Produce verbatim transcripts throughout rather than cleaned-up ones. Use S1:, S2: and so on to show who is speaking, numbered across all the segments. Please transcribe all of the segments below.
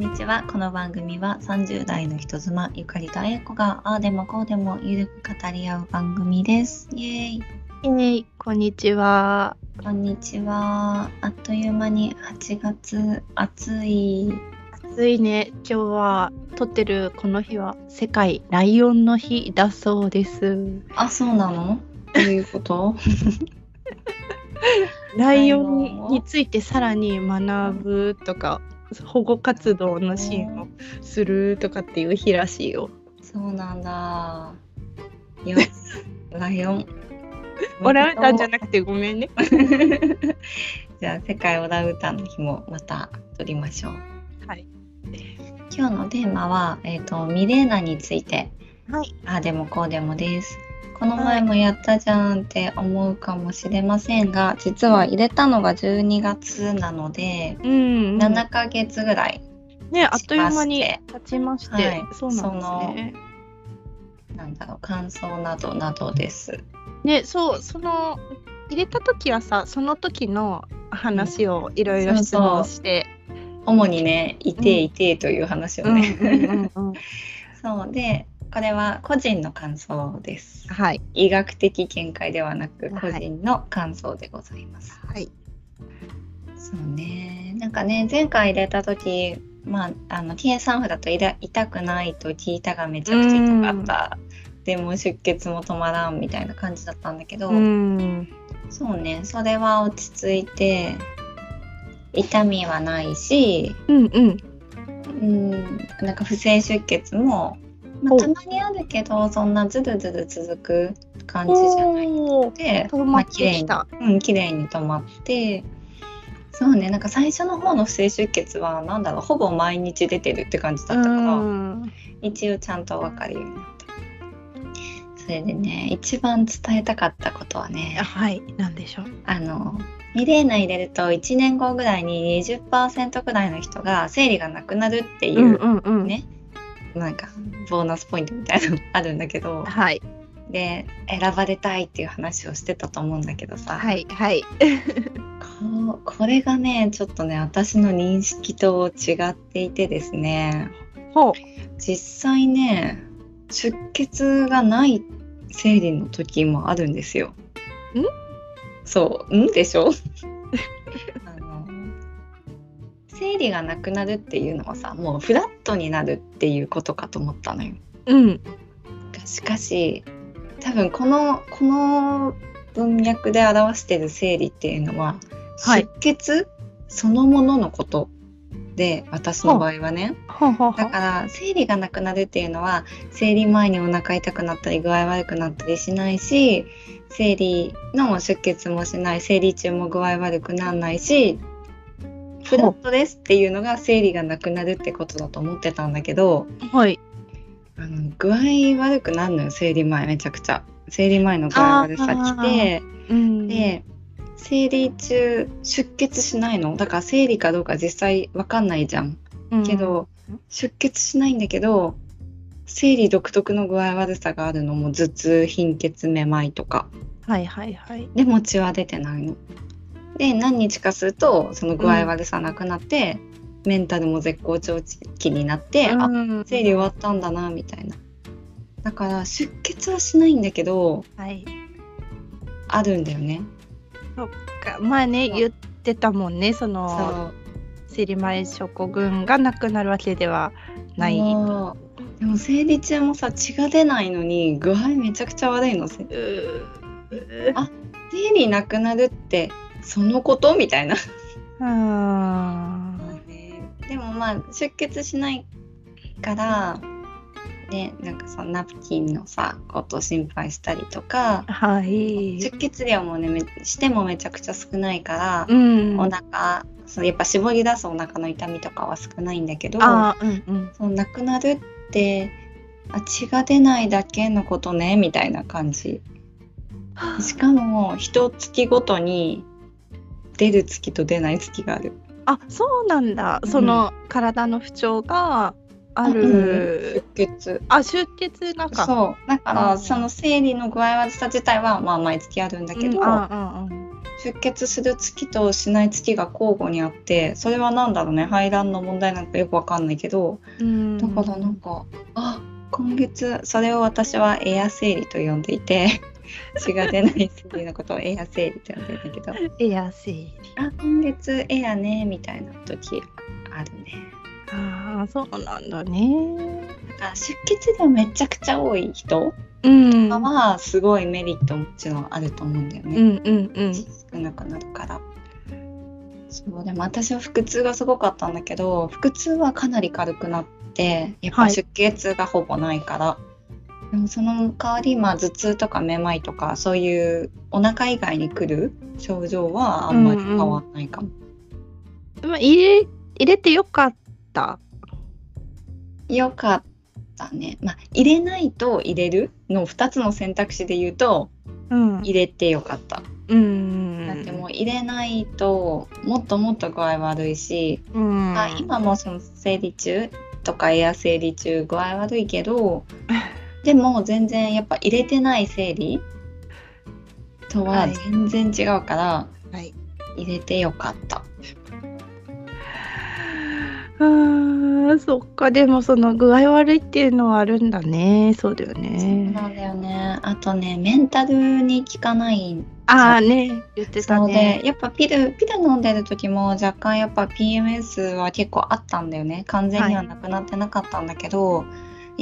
S1: にちは。この番組はさんじゅう代の人妻ゆかりとあやこがああでもこうでもゆるく語り合う番組です。イエーイ。
S2: えー、こんにちは。
S1: こんにちは。あっという間にはちがつ、暑い。
S2: 暑いね。今日は撮ってるこの日は世界ライオンの日だそうです。
S1: あ、そうなの？どういうこと？
S2: ライオンについてさらに学ぶとか保護活動の支援をするとかっていう日らしいよ。
S1: そうなんだよ。ライオン
S2: オランウータンじゃなくてごめんね。
S1: じゃあ世界オランウータンの日もまた撮りましょう。
S2: はい。
S1: 今日のテーマは、えーと、ミレーナについて、
S2: はい、
S1: ああでもこうでもです。この前もやったじゃんって思うかもしれませんが、実は入れたのがじゅうにがつなので、
S2: うんうん、
S1: ななかげつぐらい
S2: ね、あっという間に経ちまして、
S1: はい、
S2: そうなんですね。
S1: なんだろう、感想などなどです。
S2: ね、そう、その入れた時はさ、その時の話をいろいろ質問して、
S1: そうそう主にね、いていてという話をね。そうで、これは個人の感想です。
S2: はい。
S1: 医学的見解ではなく個人の感想でございます。
S2: はい。
S1: そうね、なんかね、前回入れた時、まああの ティーエーさん 符だと痛くないと聞いたがめちゃくちゃ痛かった。でも出血も止まらんみたいな感じだったんだけど、うんそうね、それは落ち着いて痛みはないし、うんうん、うんなんか不正出血も、まあ、たまにあるけどそんなズルズル続く感じじゃないので、まあ綺麗に、うん、綺麗に止まって、そうね、なんか最初の方の不正出血はなんだろう、ほぼ毎日出てるって感じだったから、一応ちゃんと分かるようになった。それでね、一番伝えたかったことはね、
S2: はい、なんでしょう。
S1: あのミレーナ入れるといちねんごぐらいに にじゅっパーセント ぐらいの人が生理がなくなるっていう、うんうんうん、ね、なんかボーナスポイントみたいなのあるんだけど、はい、で選ばれたいっていう話をしてたと思うんだけどさ、
S2: はいはい
S1: こ, これがねちょっとね私の認識と違っていてですね、ほう実際ね出血がない生理の時もあるんですよ。んそううんでしょあの生理がなくなるっていうのはさ、もうフラットになるっていうことかと思ったのよ。うんしかし多分このこの文脈で表している生理っていうのは、はい、出血そのもののことで、私の場合はね、だから生理がなくなるっていうのは生理前にお腹痛くなったり具合悪くなったりしないし、生理の出血もしない、生理中も具合悪くならないし、フラットですっていうのが生理がなくなるってことだと思ってたんだけど、はい、あの具合悪くなるのよ。生理前めちゃくちゃ生理前の具合悪さ来て、うん、で生理中出血しないのだから生理かどうか実際分かんないじゃん、うん、けど出血しないんだけど生理独特の具合悪さがあるのも頭痛、貧血、めまいとか、はいはいはい、でも血は出てないので、何日かするとその具合悪さなくなって、うん、メンタルも絶好調期になって、うん、あ、生理終わったんだなみたいな。だから出血はしないんだけど、はい、あるんだよね。
S2: そっか、前ね言ってたもんね、その生理前症候群がなくなるわけではない。
S1: でも生理中もさ血が出ないのに具合めちゃくちゃ悪いの。うーあ、生理なくなるってそのことみたいな。あね、でもまあ出血しないからね、なんかさナプキンのさことを心配したりとか、はい、出血量もねしてもめちゃくちゃ少ないから、うん、お腹そうやっぱ絞り出すお腹の痛みとかは少ないんだけど、あ、うんうん、そうなくなるってあ血が出ないだけのことねみたいな感じ。しかも一月ごとに出る月と出ない月がある。
S2: あ、そうなんだ、うん、その体の不調がある、
S1: うん、出血
S2: あ出血なんか
S1: そうだからその生理の具合悪さ自体はまあ毎月あるんだけど、うん、 出血する月としない月が交互にあって、それはなんだろうね、排卵の問題なんかよくわかんないけど、
S2: うん
S1: だからなんかあ今月、それを私はエア生理と呼んでいて血が出ない生理のことをエア生理と呼んでるんだけど、
S2: エア生理、
S1: あ今月エアねみたいな時あるね。
S2: ああそうなんだね。
S1: だから出血量めちゃくちゃ多い人
S2: うん
S1: とかはすごいメリットもちろんあると思うんだよね、
S2: うんうんうん
S1: 少なくなるから。そうでも私は腹痛がすごかったんだけど、腹痛はかなり軽くなって、やっぱ出血がほぼないから、はい、でもその代わり、まあ、頭痛とかめまいとかそういうお腹以外に来る症状はあんまり変わんないかも。
S2: うんうん、入れ、入れてよかった
S1: よかったね。まあ、入れないと入れるのふたつの選択肢で言うと、うん、入れてよかった。うん、だってもう入れないともっともっと具合悪いし、うん、あ今もその生理中とかエア生理中具合悪いけどでも全然やっぱ入れてない生理とは全然違うから、はい、入れてよかった。
S2: あそっか。でもその具合悪いっていうのはあるんだね。そうだよね。
S1: そうなんだよね。あとねメンタルに効かない
S2: ああね言ってたね。
S1: でやっぱピルピル飲んでる時も若干やっぱ ピーエムエス は結構あったんだよね。完全にはなくなってなかったんだけど、はい、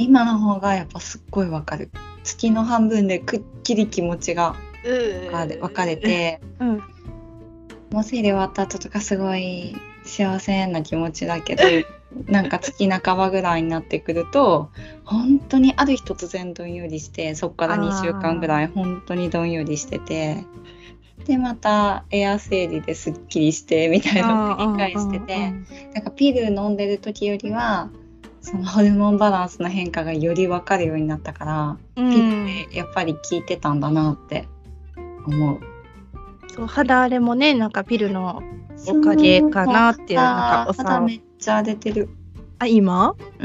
S1: 今の方がやっぱすっごいわかる。月の半分でくっきり気持ちが分かれて、うん、もう生理終わった後とかすごい幸せな気持ちだけどなんか月半ばぐらいになってくると本当にある日突然どんよりして、そっからにしゅうかんぐらい本当にどんよりしてて、でまたエア生理ですっきりしてみたいなのを繰り返してて、なんかピル飲んでる時よりはそのホルモンバランスの変化がより分かるようになったから、うん、ピルってやっぱり効いてたんだなって思う。
S2: そう肌荒れもねなんかピルのおかげかなっていう。なんかお
S1: 肌めっちゃ出てる。
S2: あ今？
S1: うん。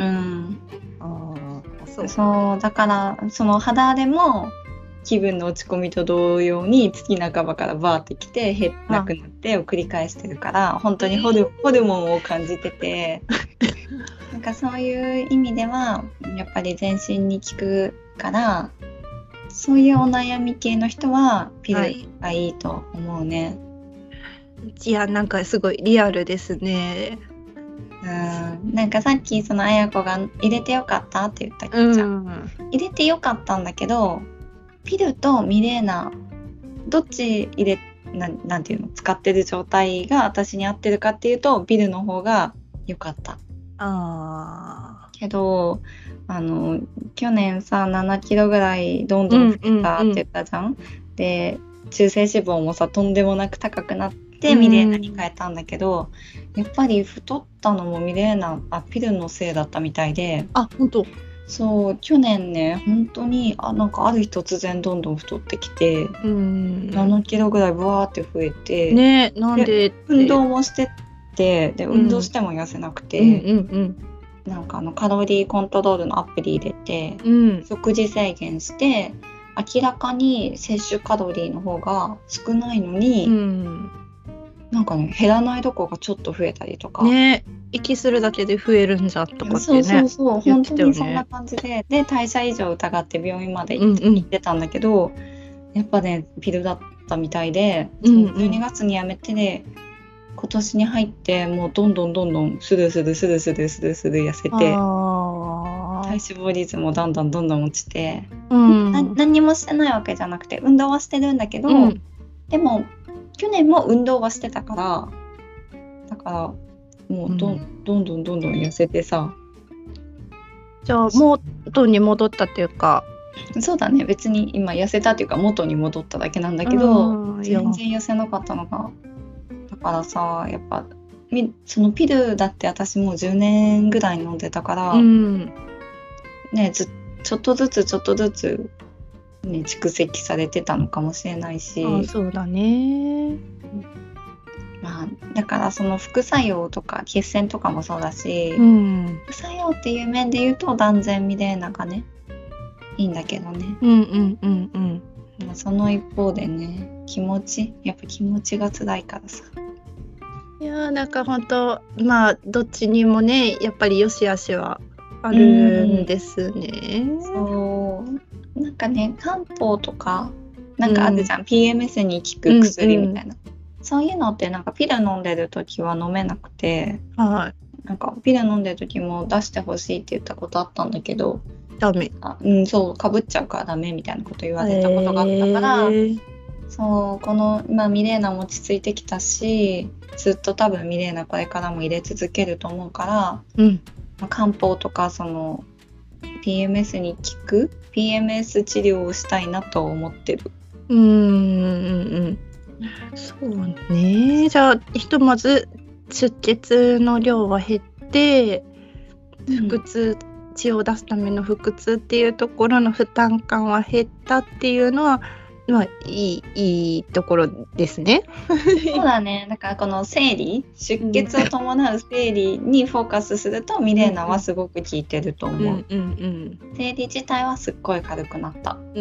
S1: あそう。そうだからその肌荒れも気分の落ち込みと同様に月半ばからバーってきて減らなくなってを繰り返してるから本当にホル、ホルモンを感じててなんかそういう意味ではやっぱり全身に効くから、そういうお悩み系の人はピルがいいと思うね。
S2: はい、いやなんかすごいリアルですね。
S1: うんなんかさっきそのあやこが入れてよかったって言ったけど、じゃん入れてよかったんだけどピルとミレーナどっち入れ な, なんていうの使ってる状態が私に合ってるかっていうとピルの方が良かった。あけどあの去年さななキロぐらいどんどん増えたって言ったじゃん、うんうんうん、で中性脂肪もさとんでもなく高くなってミレーナに変えたんだけど、うん、やっぱり太ったのもミレーナあピルのせいだったみたいで。
S2: あ本当
S1: そう去年ね本当にあなんかある日突然どんどん太ってきて、うん、ななキロぐらいブワーって増えて、
S2: ねなんで
S1: 運動もしてってで運動しても痩せなくて、うんうんうんうん、なんかあのカロリーコントロールのアプリ入れて、うん、食事制限して明らかに摂取カロリーの方が少ないのに、うん、なんかね減らないどころかちょっと増えたりとか
S2: ね息するだけで増えるんじゃとかってね。
S1: そうそうそう本当にそんな感じでで代謝異常を疑って病院まで行って、うんうん、行ってたんだけどやっぱねピルだったみたいで、うんうん、じゅうにがつにやめてね今年に入ってもうどんどんどんどんスルスルスルスルスルスル痩せて体脂肪率もどんどんどんどん落ちて、うん、な何にもしてないわけじゃなくて運動はしてるんだけど、うん、でも去年も運動はしてたからだからもう ど,、うん、どんどんどんどん痩せてさ。
S2: じゃあ元に戻ったっていうか。
S1: そうだね別に今痩せたっていうか元に戻っただけなんだけど全然痩せなかったのがだからさやっぱそのピルだって私もうじゅうねんぐらい飲んでたから、うん、ねずちょっとずつちょっとずつ、ね、蓄積されてたのかもしれないし。
S2: あそうだね
S1: まあ、だからその副作用とか血栓とかもそうだし、うん、副作用っていう面で言うと断然ミレーナがねいいんだけどね。
S2: うんうんうんうん。
S1: まあ、その一方でね、気持ちやっぱ気持ちが辛いからさ。
S2: いやーなんか本当まあどっちにもねやっぱり良し悪しはあるんですね。
S1: そうなんかね、漢方とかなんかあるじゃん、うん、ピーエムエス に効く薬みたいな、うんうん、そういうのってなんかピル飲んでる時は飲めなくて、はい、なんかピル飲んでる時も出してほしいって言ったことあったんだけど
S2: ダメ、
S1: あ、うん、そうかぶっちゃうからダメみたいなこと言われたことがあったから、えー、そうこの今ミレーナも落ち着いてきたしずっと多分ミレーナこれからも入れ続けると思うから、うんまあ、漢方とかその ピーエムエス に効く ピーエムエス 治療をしたいなと思ってる。
S2: うーんうんそうね。じゃあひとまず出血の量は減って腹痛、うん、血を出すための腹痛っていうところの負担感は減ったっていうのはまあいいいいところですね。
S1: そうだね。だからこの生理出血を伴う生理にフォーカスすると、うん、ミレーナはすごく効いてると思う、うんうんうん、生理自体はすっごい軽くなった、うん、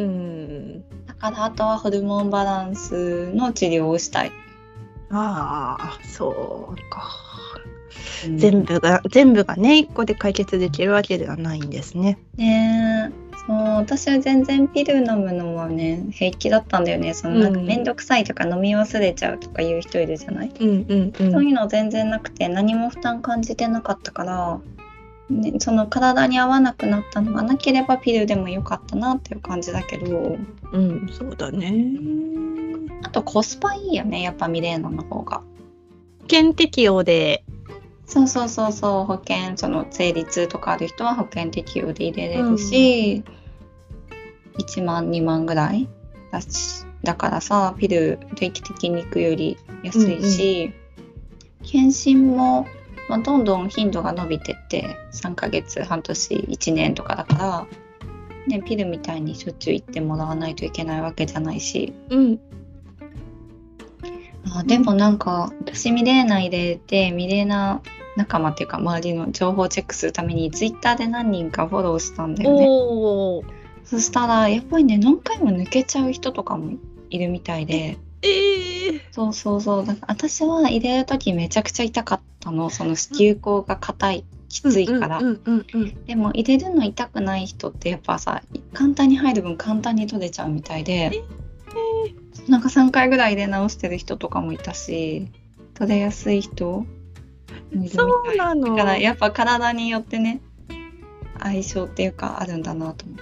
S1: だからあとはホルモンバランスの治療をしたい。
S2: ああそうか、うん、全部が全部がねいっこで解決できるわけではないんですね。
S1: ねえそう私は全然ピル飲むのもね平気だったんだよね。そのなんかめんどくさいとか飲み忘れちゃうとかいう人いるじゃない、うんうんうん、そういうの全然なくて何も負担感じてなかったから、ね、その体に合わなくなったのがなければピルでもよかったなっていう感じだけど、
S2: うんそうだね。
S1: あとコスパいいよねやっぱミレーナの方が。
S2: 保険適用で
S1: そうそうそうそう保険その生理痛とかある人は保険適用で入れれるし、うん、いちまんにまんぐらいだしだからさピル定期的に行くより安いし、うんうん、検診も、まあ、どんどん頻度が伸びてってさんかげつ半年いちねんとかだから、ね、ピルみたいにしょっちゅう行ってもらわないといけないわけじゃないし、うんあでもなんか私ミレーナ入れてミレーナ仲間っていうか周りの情報をチェックするためにツイッターで何人かフォローしたんだよね。おそしたらやっぱりね何回も抜けちゃう人とかもいるみたいで、えー、そうそうそうだから私は入れる時めちゃくちゃ痛かったの。その子宮口が硬いきついから、でも入れるの痛くない人ってやっぱさ簡単に入る分簡単に取れちゃうみたいで、なんかさんかいぐらいで直してる人とかもいたし取れやすい人もいるみたい。そうなの。だからやっぱ体によってね相性っていうかあるんだなと思って、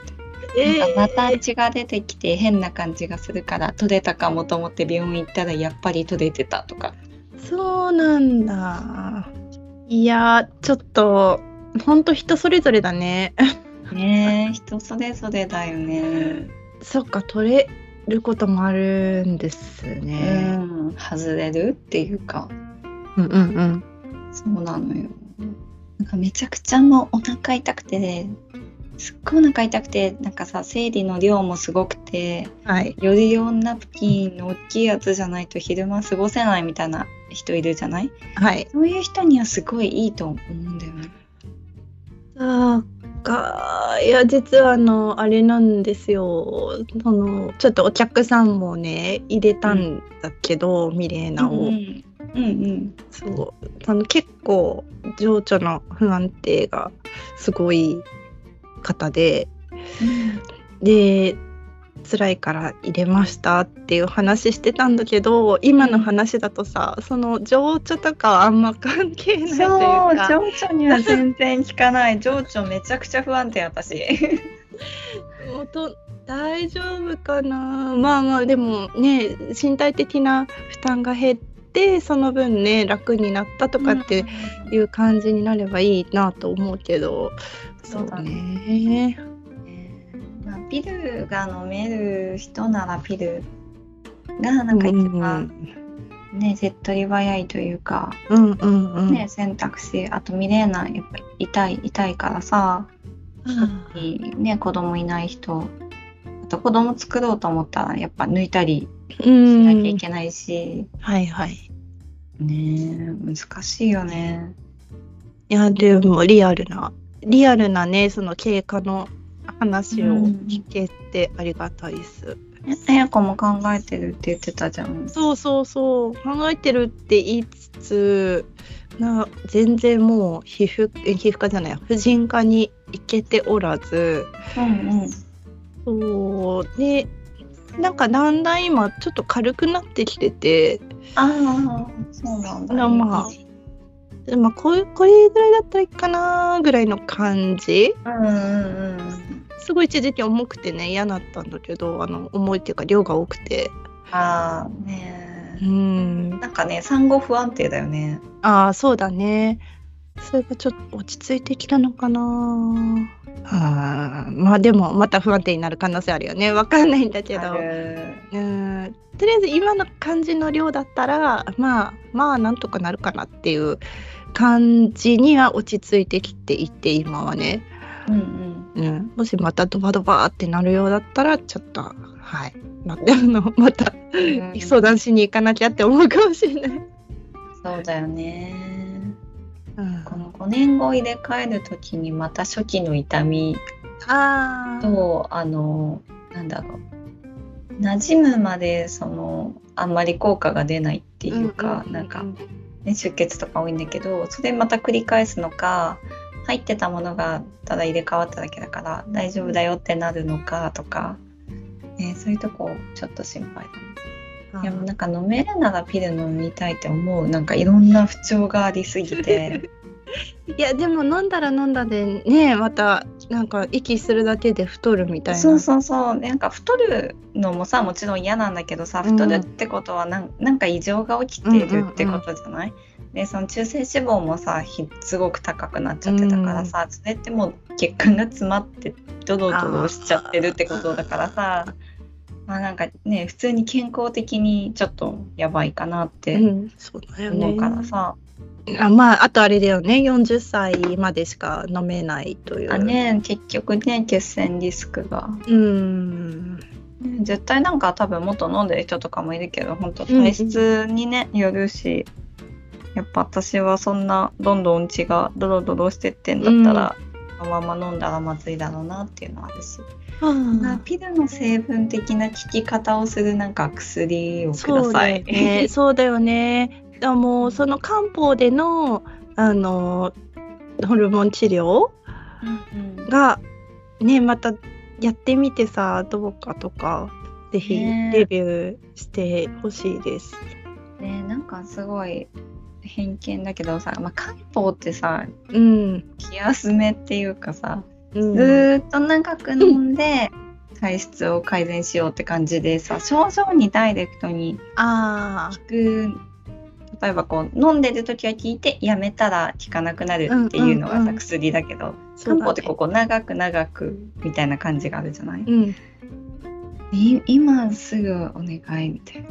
S1: えー、なんかまた血が出てきて変な感じがするから取れたかもと思って病院行ったらやっぱり取れてたとか。
S2: そうなんだ。いやちょっとほんと人それぞれだね。
S1: ねえ人それぞれだよね。
S2: そっか取れることもあるんですね。
S1: うん、外れるっていうか、
S2: うんうんうん、
S1: そうなのよ。なんかめちゃくちゃもうお腹痛くて、ね、すっごいお腹痛くてなんかさ生理の量もすごくて、はい、より用ナプキンの大きいやつじゃないと昼間過ごせないみたいな人いるじゃない、はい、そういう人にはすごいいいと思うんだよね。
S2: あかいや実はあのあれなんですよ。そのちょっとお客さんもね入れたんだけど、うん、ミレーナを、うんうんうんうん、そうあの結構情緒の不安定がすごい方で、うん、で辛いから入れましたっていう話してたんだけど今の話だとさ、うん、その情緒とかはあんま関係ないというか
S1: そう情緒には全然効かない情緒めちゃくちゃ不安定私
S2: もうと大丈夫かな。まあまあでもね身体的な負担が減ってその分ね楽になったとかっていう感じになればいいなと思うけど、うん、そうだね。
S1: ピルが飲める人ならピルがなんか一番、うん、ね手っ取り早いというか、うんうんうんね、選択肢。あとミレーナやっぱ痛い痛いからさ、うんね、子供いない人あと子供作ろうと思ったらやっぱ抜いたりしなきゃいけないし、
S2: うん、はいはい
S1: ね難しいよね。
S2: いやでもリアルなリアルなねその経過の話を聞けてありがたいです、
S1: あやこも考えてるって言ってたじゃん。
S2: そうそうそう考えてるって言いつつな全然もう皮膚皮膚科じゃない婦人科に行けておらず、
S1: うん
S2: うん、そうでなんかだんだん今ちょっと軽くなってきてて、
S1: ああそうなんだ、ね、
S2: まあでまあ、これ、これぐらいだったらいいかなぐらいの感じ、
S1: うんうんうん、
S2: すごい一時期重くてね嫌だったんだけどあの重いっていうか量が多くて
S1: ああね
S2: うん
S1: なんかね産後不安定だよね。
S2: ああそうだねそれがちょっと落ち着いてきたのかなあまあでもまた不安定になる可能性あるよねわかんないんだけどうんとりあえず今の感じの量だったらまあまあなんとかなるかなっていう感じには落ち着いてきていて今はね、うんうんうん、もしまたドバドバってなるようだったらちょっとはいまた、あのまた相談しに行かなきゃって思うかもしれない。
S1: そうだよね、うん、このごねんご入れ替える時にまた初期の痛み
S2: あ
S1: とあのなんだろう馴染むまでそのあんまり効果が出ないっていうか、うんうんうんうん、なんか、ね、出血とか多いんだけどそれまた繰り返すのか入ってたものがただ入れ替わっただけだから大丈夫だよってなるのかとか、ね、そういうとこちょっと心配だね。いやなんか飲めるならピル飲みたいって思うなんかいろんな不調がありすぎて
S2: いやでも飲んだら飲んだでねまたなんか息するだけで太るみたいな。
S1: そうそうそうなんか太るのもさもちろん嫌なんだけどさ太るってことはなん、なんか異常が起きているってことじゃない、うんうんうん、でその中性脂肪もさすごく高くなっちゃってたからさ、うん、それってもう血管が詰まってドロドロしちゃってるってことだからさまあなんかね普通に健康的にちょっとやばいかなって思うからさ、
S2: うんあまあ、あとあれだよねよんじゅっさいまでしか飲めないという
S1: あ、ね、結局ね血栓リスクが
S2: うん
S1: 絶対なんか多分もっと飲んでる人とかもいるけど本当体質にね、うん、よるしやっぱ私はそんなどんどん血がドロドロしてってんだったら、うん、このまま飲んだらまずいだろうなっていうのはあるし、うん、ピルの成分的な効き方をするなんか薬をください。
S2: そうだよね。そうだよねだもうその漢方でのあのホルモン治療がねまたやってみてさどうかとかぜひレビューしてほしいです。
S1: ね、なんかすごい偏見だけどさ、まあ、漢方ってさ、
S2: うん、
S1: 気休めっていうかさ、うん、ずっと長く飲んで体質を改善しようって感じでさ症状にダイレクトに効く例えばこう飲んでる時は効いてやめたら効かなくなるっていうのがさ、うんうんうん、薬だけど漢方ってここ長く長くみたいな感じがあるじゃない、うん、今すぐお願いみたいな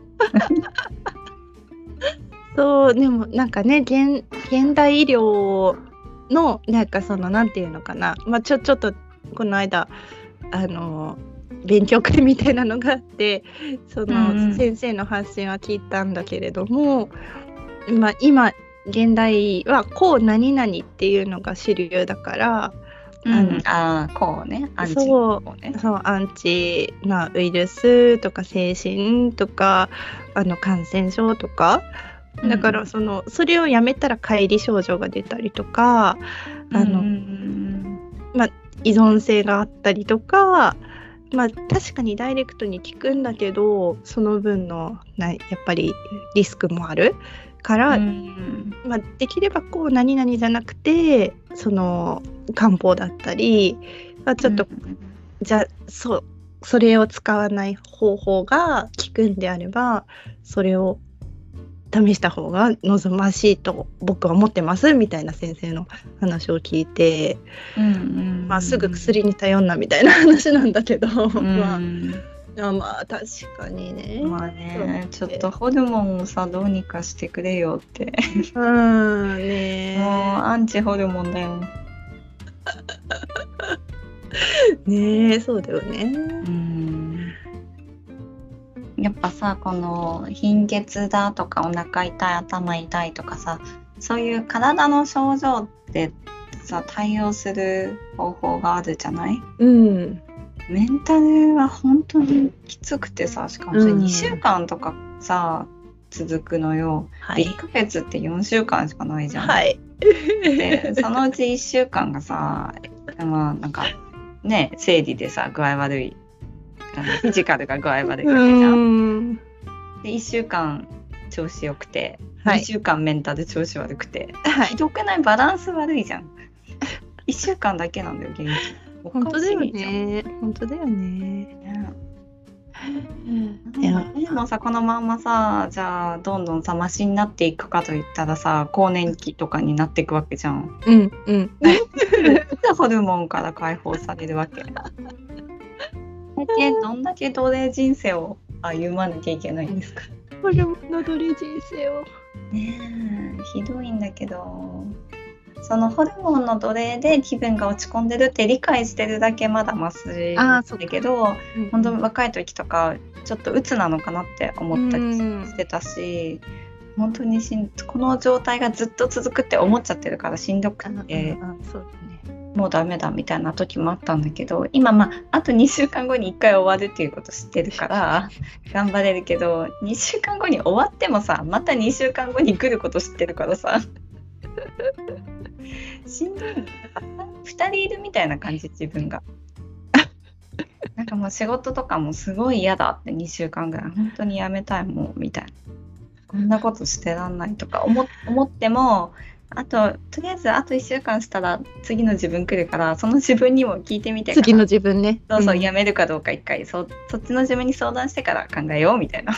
S2: そうでもなんかね 現, 現代医療のなんかそのなんていうのかな、まあ、ちょちょっとこの間あの勉強会みたいなのがあってその先生の発信は聞いたんだけれども、うんまあ、今現代は抗何々っていうのが主流だから、
S1: うん、あのあこうねアンチ
S2: そうねそうアンチ、まあ、ウイルスとか精神とかあの感染症とかだからそのそれをやめたら乖離症状が出たりとかあの、うんまあ、依存性があったりとかまあ、確かにダイレクトに効くんだけどその分のなやっぱりリスクもあるから、うんまあ、できればこう何々じゃなくてその漢方だったり、まあ、ちょっと、うん、じゃあそうそれを使わない方法が効くんであればそれを試した方が望ましいと僕は思ってますみたいな先生の話を聞いて、うんうんまあ、すぐ薬に頼んなみたいな話なんだけど、うんまあ、まあ確かにね
S1: まあねちょっとホルモンをさどうにかしてくれよって
S2: うんね
S1: もうアンチホルモンだよ
S2: ねえそうだよね
S1: うんやっぱさこの貧血だとかお腹痛い頭痛いとかさそういう体の症状ってさ対応する方法があるじゃない、
S2: うん
S1: メンタルは本当にきつくてさ、しかもそれにしゅうかんとかさ、うん、続くのよ、はい、いっかげつってよんしゅうかんしかないじゃん、
S2: はい、
S1: でそのうちいっしゅうかんがさ、まあなんかね、生理でさ具合悪い、あのフィジカルが具合悪いわけじゃん。でいっしゅうかん調子よくて、はい、にしゅうかんメンタル調子悪くて、はい、ひどくない？バランス悪いじゃん。いっしゅうかんだけなんだよ元気。
S2: 本当だよね。本当だよね。
S1: いやでもさ、このまんまさ、じゃあどんどんさマシになっていくかといったらさ、更年期とかになっていくわけじゃん。
S2: うんうん。
S1: ホルモンから解放されるわけ。どんだけ奴隷人生を歩まなきゃいけないんですか。
S2: ホルモンの奴隷人生を。
S1: ねえ、ひどいんだけど。そのホルモンの奴隷で気分が落ち込んでるって理解してるだけまだマシだけど、うん、本当若い時とかちょっと鬱なのかなって思ったりしてたし、うん、本当にしんこの状態がずっと続くって思っちゃってるからしんどくて、うん、そうだね、もうダメだみたいな時もあったんだけど、今まああとにしゅうかんごにいっかい終わるっていうこと知ってるから頑張れるけど、にしゅうかんごに終わってもさ、またにしゅうかんごに来ること知ってるからさしんどいの。ふたりいるみたいな感じ、自分がなんかもう仕事とかもすごい嫌だって、にしゅうかんぐらい本当にやめたいもんみたいな、こんなことしてらんないとか 思, 思っても、あととりあえずあといっしゅうかんしたら次の自分来るから、その自分にも聞いてみてから、
S2: 次の自分ね、
S1: そうそう、うん、やめるかどうか一回 そ, そっちの自分に相談してから考えようみたいな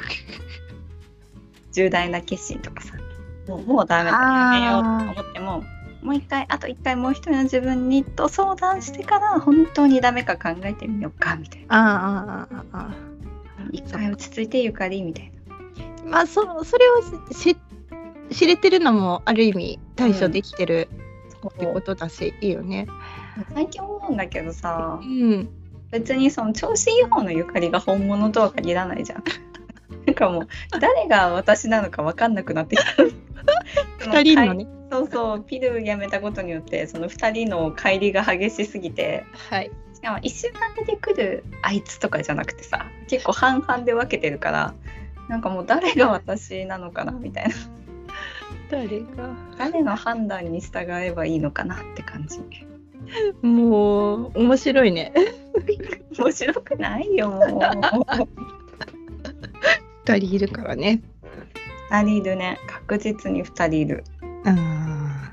S1: 重大な決心とかさ、もう、もうダメだ、やめようと思っても、もう一回、あと一回もう一人の自分にと相談してから本当にダメか考えてみようかみたいな。
S2: あああああ
S1: 一回落ち着いてゆかりみたい
S2: な。まあそそれをし知れてるのもある意味対処できてる、うん、ってことだし、いいよね。
S1: 最近思うんだけどさ、
S2: うん、別
S1: にその調子いい方のゆかりが本物とは限らないじゃん。なんかもう誰が私なのか分かんなくなってきた。ふたりのね、そうそう、ピルやめたことによってそのふたりの乖離が激しすぎて、
S2: はい、
S1: しかもいっしゅうかんで来るあいつとかじゃなくてさ、結構半々で分けてるから、なんかもう誰が私なのかなみたいな、
S2: 誰が
S1: 誰の判断に従えばいいのかなって感じ。
S2: もう面白いね。
S1: 面白くないよもう
S2: ふたりいるからね。
S1: ふたりいるね、確実にふたりいる。
S2: あ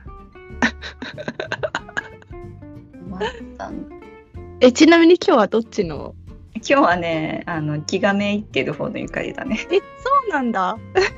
S2: えちなみに今日はどっちの？
S1: 今日はね、あの気がめいってる方のゆかりだね。
S2: え、そうなんだ。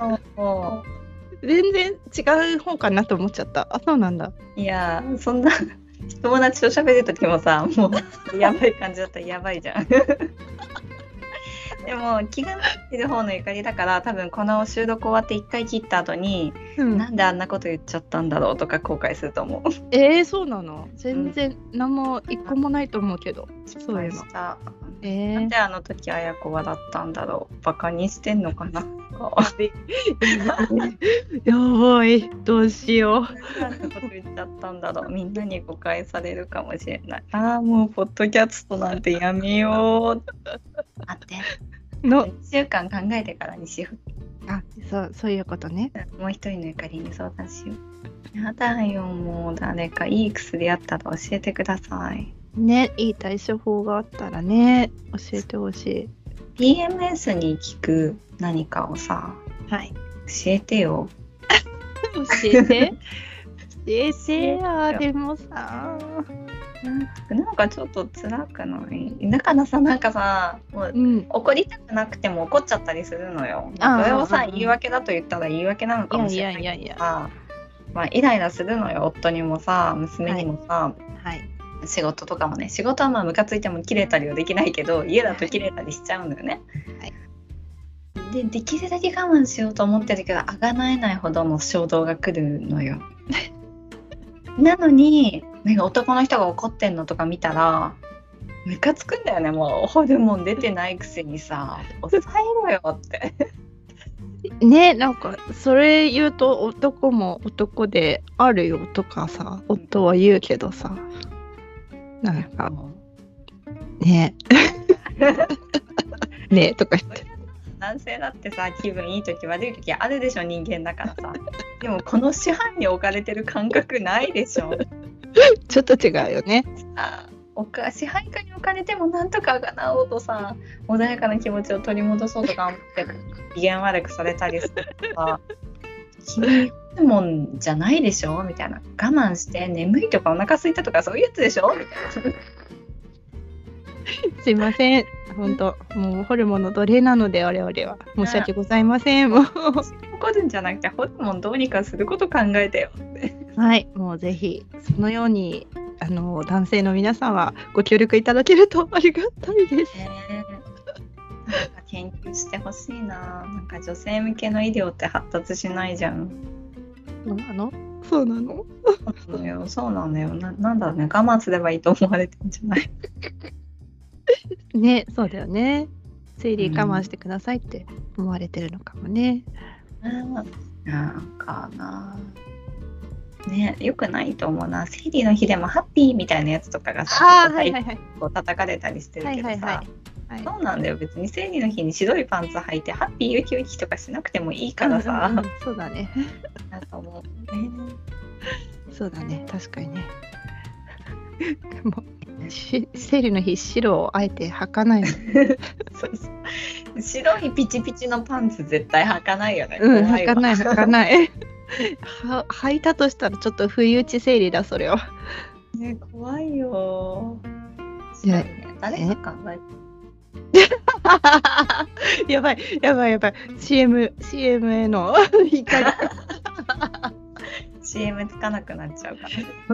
S2: 全然違う方かなと思っちゃった。あ、そうなんだ。
S1: いや、そんな友達と喋る時もさ、もうやばい感じだったらやばいじゃん。でも気がめいってる方のゆかりだから、多分この収録終わっていっかい切った後に、うん、なんであんなこと言っちゃったんだろうとか後悔すると思う。
S2: えー、そうなの？全然何も一個もないと思うけど、うん、そういうの。えー、
S1: なんであの時あやこ笑ったんだろう、バカにしてんのかな。
S2: やばい、どうしよ
S1: う。なんてこと言っちゃったんだろう、みんなに誤解されるかもしれない。ああ、もうポッドキャストなんてやめよう。待ってのいっしゅうかん考えてからにしよう。
S2: あ、そう、そういうことね。
S1: もう一人のゆかりに相談しよう。やだよ、もう誰かいい薬あったら教えてください
S2: ね。いい対処法があったらね、教えてほしい。
S1: ピーエムエス に効く何かをさ、
S2: はい、
S1: 教えてよ。
S2: 教えて教えてや。でもさ、
S1: なんかちょっと辛くない？だからさ、なんかさ、もう、うん、怒りたくなくても怒っちゃったりするのよ。それをさ、言い訳だと言ったら言い訳なのかもしれないけどさ、いやいやいや、まあ、イライラするのよ。夫にもさ、娘にもさ、
S2: はいはい、
S1: 仕事とかもね。仕事はまあムカついても切れたりはできないけど、家だと切れたりしちゃうんだよね。はい、で、できるだけ我慢しようと思ってるけど、あがなえないほどの衝動が来るのよ。なのに、なんか男の人が怒ってんのとか見たらムカつくんだよね。もうホルモン出てないくせにさ、抑えろよって
S2: ね。なんかそれ言うと男も男であるよとかさ、夫は言うけどさ、なんかねねとか言って。
S1: 男性だってさ、気分いい時悪い時あるでしょ、人間だからさ。でもこの師範に置かれてる感覚ないでしょ。
S2: ちょっと違うよね。
S1: あ、おか支配下に置かれてもなんとかがなおうとさ、穏やかな気持ちを取り戻そうと頑張って機嫌悪くされたりするとか、君ホルモンじゃないでしょみたいな。我慢して眠いとかお腹空いたとかそういうやつでしょみたいな。
S2: すいません、本当もうホルモンの奴隷なので我々は申し訳ございません。もう
S1: 怒るんじゃなくてホルモンどうにかすること考えてよって。
S2: はい、もうぜひそのようにあの男性の皆さんはご協力いただけるとありがたいです。
S1: ね、なんか研究してほしいな。なんか女性向けの医療って発達しないじゃん。
S2: そうなの？そうなの？
S1: そうなのよ。そうなんだよ。な、なんだろうね。我慢すればいいと思われてるんじゃない。
S2: ね、そうだよね。生理我慢してくださいって思われてるのかもね。
S1: うん、なんかな。ね、よくないと思うな。生理の日でもハッピーみたいなやつとかがさ、
S2: あ、はいはいはい、
S1: こう叩かれたりしてるけどさ、はいはいはい、そうなんだよ。別に生理の日に白いパンツ履いてハッピーウキウキとかしなくてもいいからさ。
S2: うんうんうん、そうだね。
S1: だと思うね。
S2: そうだね、確かにね。もう生理の日白をあえて履かないの。
S1: そうそう、白いピチピチのパンツ絶対履かないよね。
S2: うん、履かない履かない。は履いたとしたらちょっと不意打ち生理だそれは。
S1: ね、怖いよ。
S2: いや、
S1: 誰が考え
S2: て。やばいやばいやばい。シーエム シーエム への光。
S1: シーエム つかなくなっちゃうから。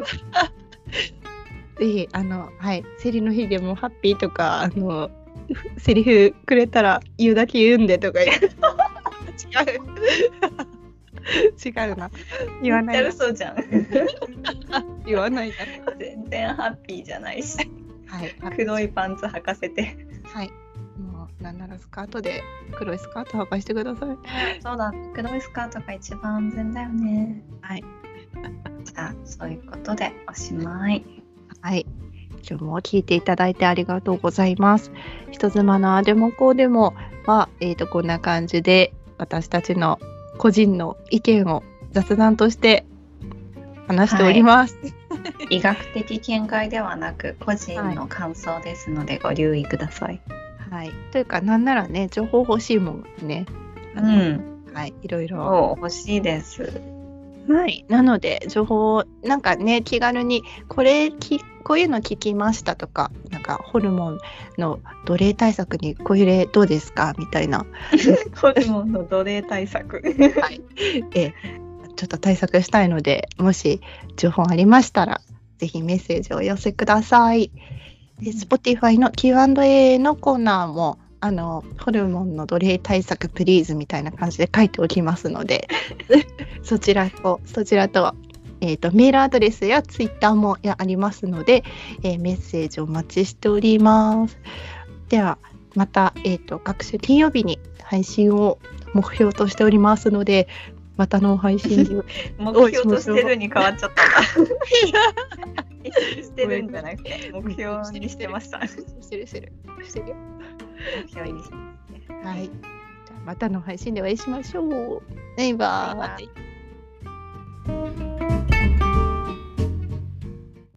S2: ぜひあのはい生理の日でもハッピーとかあのセリフくれたら言うだけ言うんでとか言う。違う。違うな。言わない。
S1: 嘘じゃん。
S2: 言わないな。
S1: 全然ハッピーじゃないし。
S2: はい。
S1: 黒いパンツ履かせて。
S2: はい。もうなんならスカートで黒いスカート履かしてください。
S1: そうだ。黒いスカートが一番安全だよね。
S2: はい。
S1: じゃあそういうことでおしまい。
S2: はい。今日も聞いていただいてありがとうございます。人妻のあでもこうでもは、えーと、こんな感じで私たちの個人の意見を雑談として話しております。
S1: はい、医学的見解ではなく個人の感想ですのでご留意ください。
S2: はい。というかなんならね情報欲しいもんね。
S1: うん。
S2: はい。いろいろ
S1: 欲しいです。
S2: はい、なので情報をなんかね気軽にこれきこういうの聞きましたとかなんかホルモンの奴隷対策にこれどうですかみたいな
S1: ホルモンの奴隷対策、
S2: はい、えちょっと対策したいのでもし情報ありましたらぜひメッセージをお寄せください。で Spotify の キューアンドエー のコーナーもあのホルモンの奴隷対策プリーズみたいな感じで書いておきますのでそちらとそちらと,、えー、とメールアドレスやツイッターもやありますので、えー、メッセージをお待ちしております。ではまた、えー、と各週金曜日に配信を目標としておりますのでまたの配信に
S1: 目標としてるに変わっちゃった意識してるんじゃなくて目標にしてました。
S2: してるしてるしてるよ。
S1: 目標にして
S2: はい。じゃあまたの配信でお会いしましょう。バイバイ。